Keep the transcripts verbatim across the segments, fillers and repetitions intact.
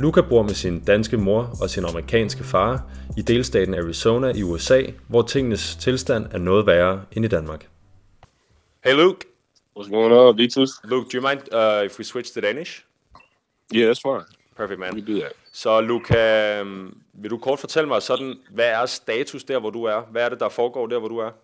Luca bor med sin danske mor og sin amerikanske far i delstaten Arizona i U S A, hvor tingenes tilstand er noget værre end i Danmark. Hey Luke. What's going on, Vitus? Luke, do you mind uh, if we switch to Danish? Yeah, that's fine. Perfect, man. We can do that. Så Luca, vil du kort fortælle mig sådan, hvad er status der, hvor du er? Hvad er det, der foregår der, hvor du er?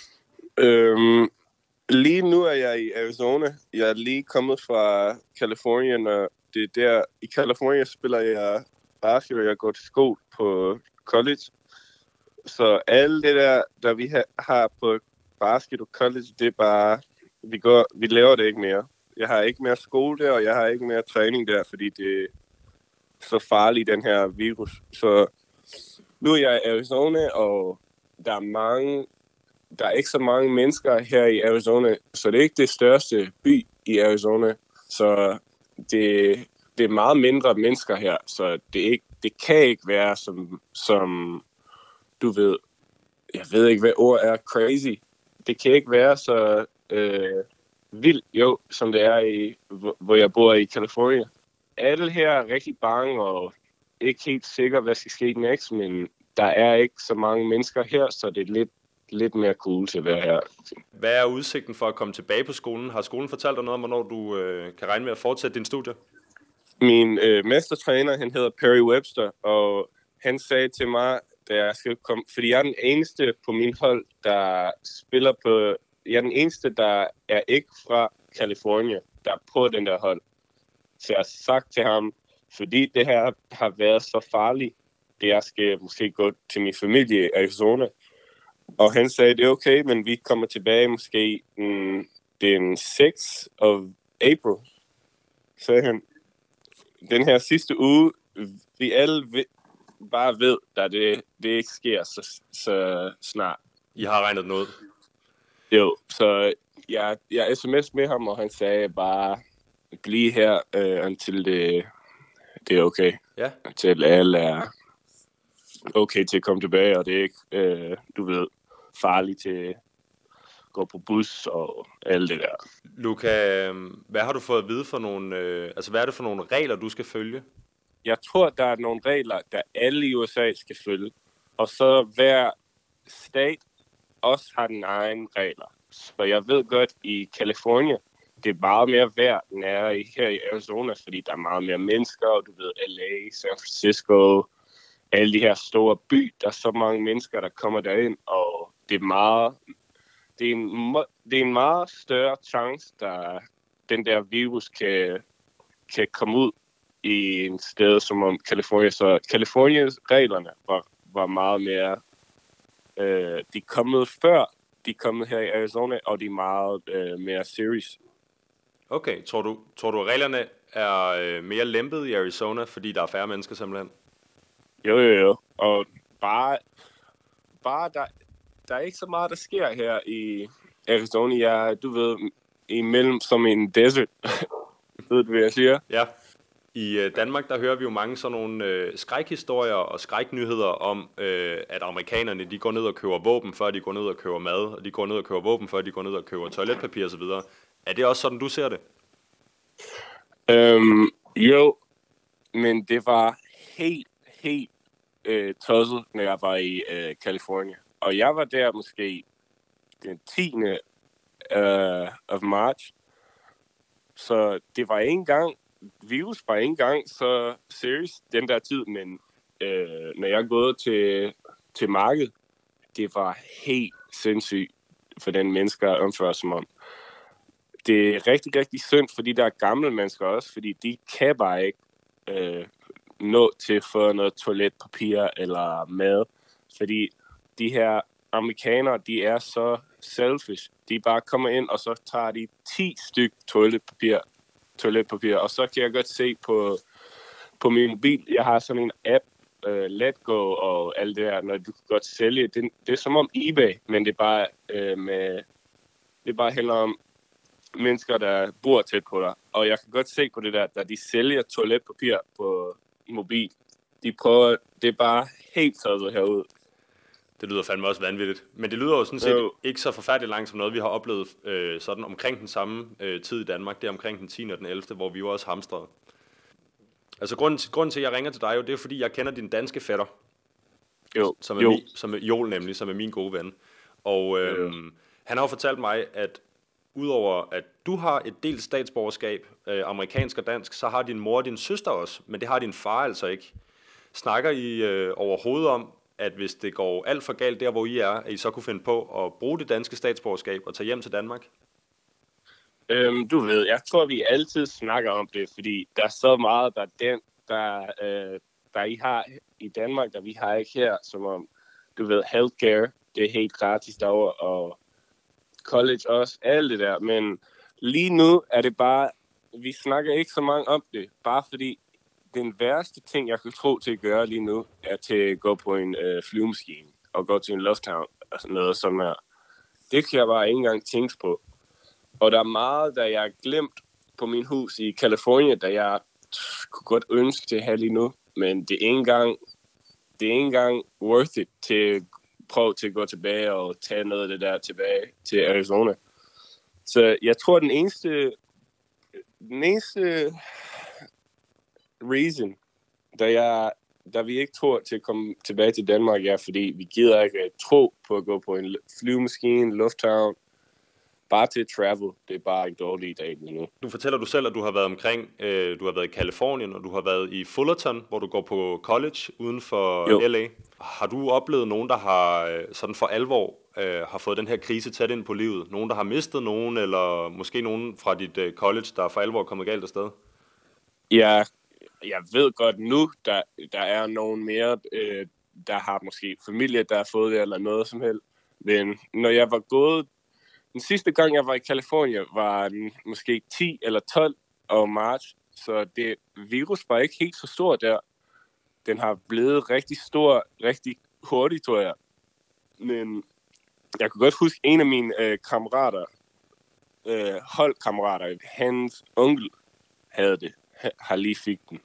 Øhm, lige nu er jeg i Arizona. Jeg er lige kommet fra Californien, og det er der, i Californien spiller jeg basket, og jeg går til skole på college. Så alt det der, der vi har på basket og college, det er bare, vi, går, vi laver det ikke mere. Jeg har ikke mere skole der, og jeg har ikke mere træning der, fordi det er så farligt, den her virus. Så nu er jeg i Arizona, og der er mange, der er ikke så mange mennesker her i Arizona, så det er ikke det største by i Arizona. Så det, det er meget mindre mennesker her, så det, er ikke, det kan ikke være som, som, du ved, jeg ved ikke, hvad ord er, crazy. Det kan ikke være så øh, vildt, jo, som det er, i, hvor jeg bor i Californien. Alle her er rigtig bange og ikke helt sikre, hvad skal ske next, men der er ikke så mange mennesker her, så det er lidt, lidt mere cool til at være her. Hvad er udsigten for at komme tilbage på skolen? Har skolen fortalt dig noget om, hvornår du øh, kan regne med at fortsætte din studie? Min øh, mestertræner, han hedder Perry Webster, og han sagde til mig, da jeg skal komme, fordi jeg er den eneste på min hold, der spiller på, jeg er den eneste, der er ikke fra Californien, der er på den der hold. Så jeg har sagt til ham, fordi det her har været så farligt, det jeg skal måske gå til min familie i Arizona. Og han sagde, det er okay, men vi kommer tilbage måske mm, den sjette af april, sagde han. Den her sidste uge, vi alle ved, bare ved, at det, det ikke sker så, så snart. I har regnet noget? Jo, så jeg, jeg sms'ede med ham, og han sagde bare, blive her, øh, indtil det, det er okay. Ja. Til alle er okay til at komme tilbage, og det er ikke, øh, du ved, farligt til at gå på bus og alt det der. Luca, hvad har du fået at vide for nogle, øh, altså hvad er det for nogle regler, du skal følge? Jeg tror, der er nogle regler, der alle i U S A skal følge, og så hver stat også har den egen regler. Så jeg ved godt, i Californien, det er meget mere værd, end er her i Arizona, fordi der er meget mere mennesker, og du ved, L A, San Francisco, alle de her store byer, der er så mange mennesker, der kommer derind, og det er meget, det er en, det er en meget større chance, der den der virus kan, kan komme ud i en sted som om Californien. Så Californiens reglerne var, var meget mere, øh, de er kommet før, de er kommet her i Arizona, og de er meget øh, mere serious. Okay, tror du, tror du at reglerne er øh, mere lempet i Arizona, fordi der er færre mennesker simpelthen? Jo, jo, jo. Og bare, bare der, der er ikke så meget, der sker her i Arizona. Jeg, du ved, imellem som en desert. Ved du, hvad jeg siger? Ja. I øh, Danmark, der hører vi jo mange sådan nogle øh, skrækhistorier og skræknyheder om, øh, at amerikanerne, de går ned og køber våben, før de går ned og køber mad, og de går ned og køber våben, før de går ned og køber toiletpapir osv. Er det også sådan, du ser det? Øhm, jo, men det var helt, helt øh, tosset, når jeg var i øh, Californien. Og jeg var der måske den tiende Øh, af marts. Så det var ikke engang, virus var ikke engang så serious den der tid, men øh, når jeg gået til, til markedet, det var helt sindssygt for den mennesker at omføre som om. Det er rigtig, rigtig synd for de der gamle mennesker også, fordi de kan bare ikke øh, nå til at få noget toiletpapir eller mad, fordi de her amerikanere, de er så selfish. De bare kommer ind, og så tager de ti styk toiletpapir, toiletpapir, og så kan jeg godt se på, på min mobil, jeg har sådan en app, uh, Letgo og alt det der, når du kan godt sælge. Det, det er som om eBay, men det er bare, uh, med, det bare handler om mennesker, der bor tæt på dig. Og jeg kan godt se på det der, da de sælger toiletpapir på mobil. De prøver, det er bare helt tosset herude. Det lyder fandme også vanvittigt. Men det lyder jo sådan set jo ikke så forfærdeligt langt som noget, vi har oplevet øh, sådan omkring den samme øh, tid i Danmark. Det er omkring den tiende og den ellevte, hvor vi jo også hamstrede. Altså grunden til, grunden til, at jeg ringer til dig, jo, det er fordi, jeg kender din danske fætter, Jo, som er, jo. min, som er Joel nemlig, som er min gode ven. Og øhm, han har jo fortalt mig, at udover at du har et delt statsborgerskab, øh, amerikansk og dansk, så har din mor og din søster også, men det har din far altså ikke. Snakker I øh, overhovedet om, at hvis det går alt for galt der, hvor I er, at I så kunne finde på at bruge det danske statsborgerskab og tage hjem til Danmark? Øhm, du ved, jeg tror, vi altid snakker om det, fordi der er så meget, der den, der, øh, der I har i Danmark, der vi har ikke her, som om, du ved, healthcare, det er helt gratis derovre, og college også, alt det der, men lige nu er det bare, vi snakker ikke så meget om det, bare fordi den værste ting, jeg kan tro til at gøre lige nu, er til at gå på en øh, flyvemaskine og gå til en lufthavn og sådan noget sådan her. Det kan jeg bare ikke engang tænke på. Og der er meget, der jeg har glemt på min hus i Californien, der jeg kunne godt ønske til at have lige nu, men det er ikke engang, det er ikke engang worth it til at prøve til at gå tilbage og tage noget af det der tilbage til Arizona. Så jeg tror, den eneste, den eneste reason, da, jeg, da vi ikke tror til at komme tilbage til Danmark, er fordi vi gider ikke at tro på at gå på en flyvemaskine, lufthavn, bare til travel. Det er bare ikke dårligt i dag lige nu. Nu fortæller du selv, at du har været omkring, øh, du har været i Californien, og du har været i Fullerton, hvor du går på college uden for Jo. L A. Har du oplevet nogen, der har øh, sådan for alvor øh, har fået den her krise tæt ind på livet? Nogen, der har mistet nogen, eller måske nogen fra dit øh, college, der for alvor er kommet galt afsted? Ja, jeg ved godt nu, der, der er nogen mere, øh, der har måske familie, der har fået det, eller noget som helst. Men når jeg var gået, den sidste gang, jeg var i Californien, var den måske ti eller tolv og marts, så det virus var ikke helt så stor der. Den har blevet rigtig stor, rigtig hurtigt, tror jeg. Men jeg kan godt huske, en af mine øh, kammerater, øh, holdkammerater, hans onkel havde det, har lige fik den.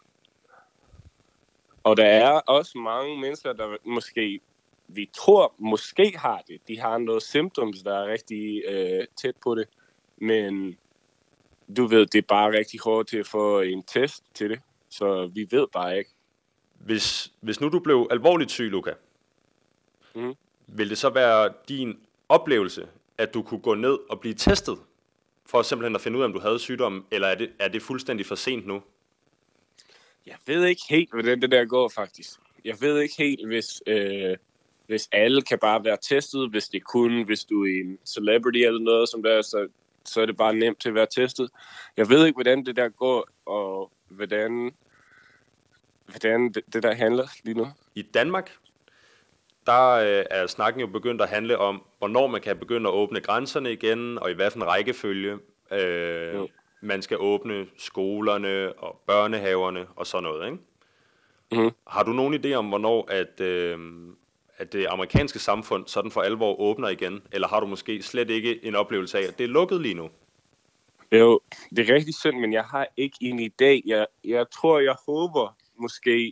Og der er også mange mennesker, der måske, vi tror, måske har det. De har noget symptoms, der er rigtig øh, tæt på det. Men du ved, det er bare rigtig hårdt til at få en test til det. Så vi ved bare ikke. Hvis, hvis nu du blev alvorligt syg, Luca, Mm. vil det så være din oplevelse, at du kunne gå ned og blive testet, for simpelthen at finde ud af, om du havde sygdommen, eller er det, er det fuldstændig for sent nu? Jeg ved ikke helt, hvordan det der går, faktisk. Jeg ved ikke helt, hvis, øh, hvis alle kan bare være testet, hvis det kun, hvis du er en celebrity eller noget som der, så, så er det bare nemt til at være testet. Jeg ved ikke, hvordan det der går, og hvordan, hvordan det, det der handler lige nu. I Danmark, der øh, er snakken jo begyndt at handle om, hvornår man kan begynde at åbne grænserne igen, og i hvad for en rækkefølge øh, Jo. man skal åbne skolerne og børnehaverne og sådan noget, ikke? Mm-hmm. Har du nogen idé om, hvornår at, øh, at det amerikanske samfund sådan for alvor åbner igen? Eller har du måske slet ikke en oplevelse af, at det er lukket lige nu? Jo, det er rigtig synd, men jeg har ikke en idé. Jeg, jeg tror, jeg håber måske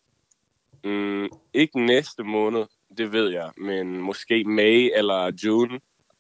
mm, ikke næste måned, det ved jeg, men måske May eller June.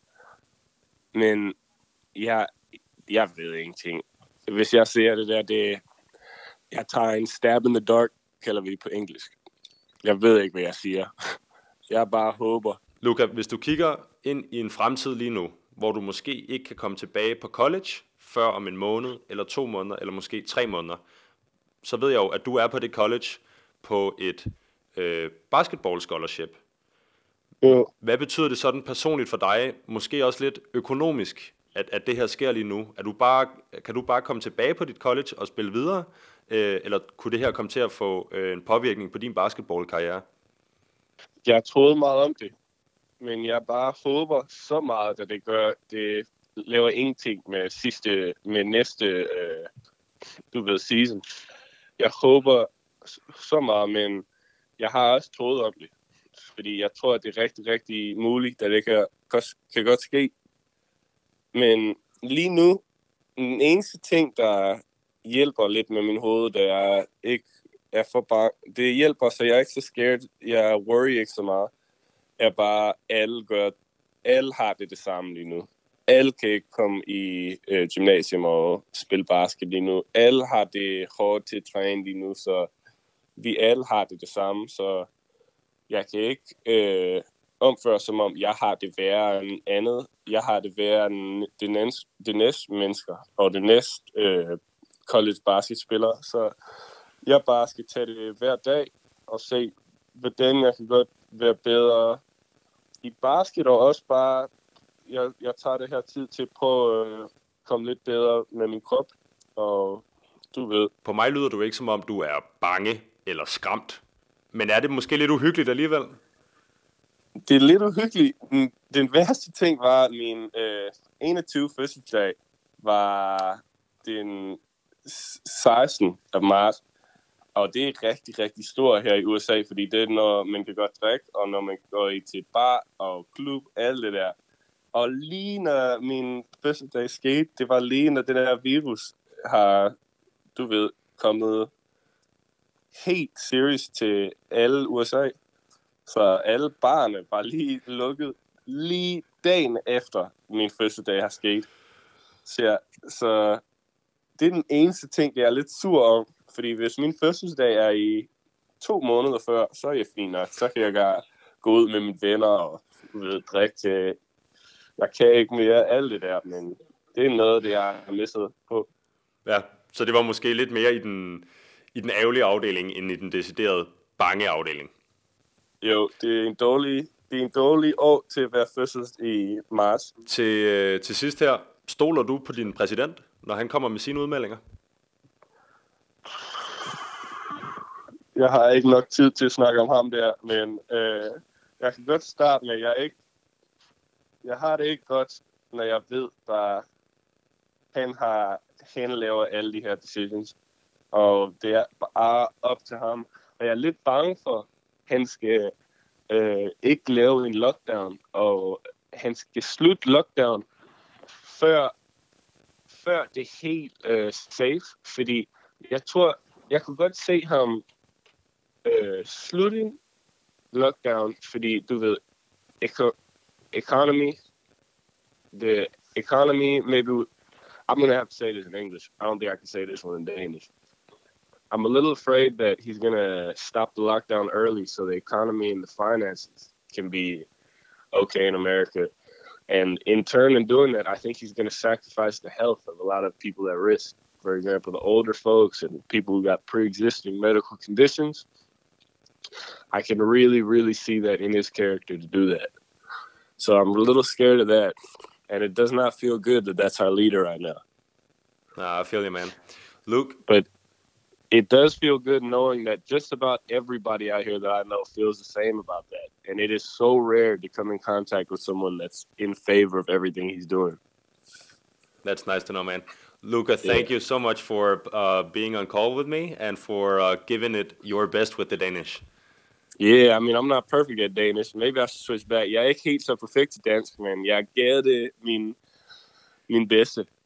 Men jeg, jeg ved ingenting. Hvis jeg ser det der, det jeg tager en stab in the dark, kalder vi det på engelsk. Jeg ved ikke, hvad jeg siger. Jeg bare håber. Luca, hvis du kigger ind i en fremtid lige nu, hvor du måske ikke kan komme tilbage på college før om en måned, eller to måneder, eller måske tre måneder, så ved jeg jo, at du er på det college på et øh, basketball scholarship. Jo. Hvad betyder det sådan personligt for dig, måske også lidt økonomisk, at, at det her sker lige nu? Er du bare, kan du bare komme tilbage på dit college og spille videre, øh, eller kunne det her komme til at få øh, en påvirkning på din basketballkarriere? Jeg troede meget om det, men jeg bare håber så meget, at det gør, det laver ingenting med sidste, med næste, øh, du ved, season. Jeg håber så meget, men jeg har også troet om det, fordi jeg tror, at det er rigtig, rigtig muligt, at det kan, kan godt ske. Men lige nu, den eneste ting, der hjælper lidt med min hoved, det er ikke er for bare, det hjælper, så jeg er ikke så scared, jeg worry ikke så meget, er bare, alle gør, alle har det det samme lige nu. alle kan ikke komme i øh, gymnasium og spille basket lige nu. Alle har det hårdt til at træne lige nu, så vi alle har det det samme. Så jeg kan ikke øh, omføre som om, jeg har det værre end andet. Jeg har det værre end det næste, det næste mennesker og det næste øh, college basketspillere. Så jeg bare skal tage det hver dag og se, hvordan jeg kan godt være bedre i basket, og også bare, jeg, jeg tager det her tid til at prøve at komme lidt bedre med min krop, og du ved. På mig lyder du ikke som om, du er bange eller skræmt, men er det måske lidt uhyggeligt alligevel? Det er lidt uhyggeligt. Den værste ting var, at min øh, enogtyvende fødselsdag var den sekstende af marts. Og det er rigtig, rigtig stort her i U S A, fordi det er, når man kan godt drikke, og når man går i til bar og klub, alt det der. Og lige når min fødselsdag skete, det var lige når det der virus har, du ved, kommet helt seriøst til alle U S A. Så alle barne var lige lukket lige dagen efter min fødselsdag har sket. Så, ja, så det er den eneste ting, jeg er lidt sur om. Fordi hvis min fødselsdag er i to måneder før, så er jeg fint nok. Så kan jeg gå ud med mine venner og ved, drikke til. Jeg kan ikke mere alt det der, men det er noget, det jeg har mistet på. Ja, så det var måske lidt mere i den, i den ærgerlige afdeling, end i den deciderede bange afdeling. Jo, det er en dårlig, det er en dårlig år til at være fødsels i marts. Til, øh, til sidst her, stoler du på din præsident, når han kommer med sine udmeldinger? Jeg har ikke nok tid til at snakke om ham der, men øh, jeg kan godt starte med, jeg ikke, jeg har det ikke godt, når jeg ved, at han har, han laver alle de her decisions, og det er bare op til ham. Og jeg er lidt bange for, at han skal øh, ikke lave en lockdown, og han skal slutte lockdown, før, før det er helt øh, safe, fordi jeg tror, jeg kunne godt se ham Uh, slutte lockdown, fordi du ved, eco- economy, the economy, maybe, I'm going to have to say this in English. I don't think I can say this one in Danish. I'm a little afraid that he's going to stop the lockdown early so the economy and the finances can be okay in America. And in turn, in doing that, I think he's going to sacrifice the health of a lot of people at risk. For example, the older folks and people who got pre-existing medical conditions. I can really, really see that in his character to do that. So I'm a little scared of that. And it does not feel good that that's our leader right now. Nah, I feel you, man. Luke? But it does feel good knowing that just about everybody out here that I know feels the same about that. And it is so rare to come in contact with someone that's in favor of everything he's doing. That's nice to know, man. Luca, thank yeah. you so much for uh, being on call with me and for uh, giving it your best with the Danish. Yeah, I mean, I'm not perfect at Danish. Maybe I should switch back. Jeg er ikke helt så perfekt til dansk, men jeg gav det min, min bedste.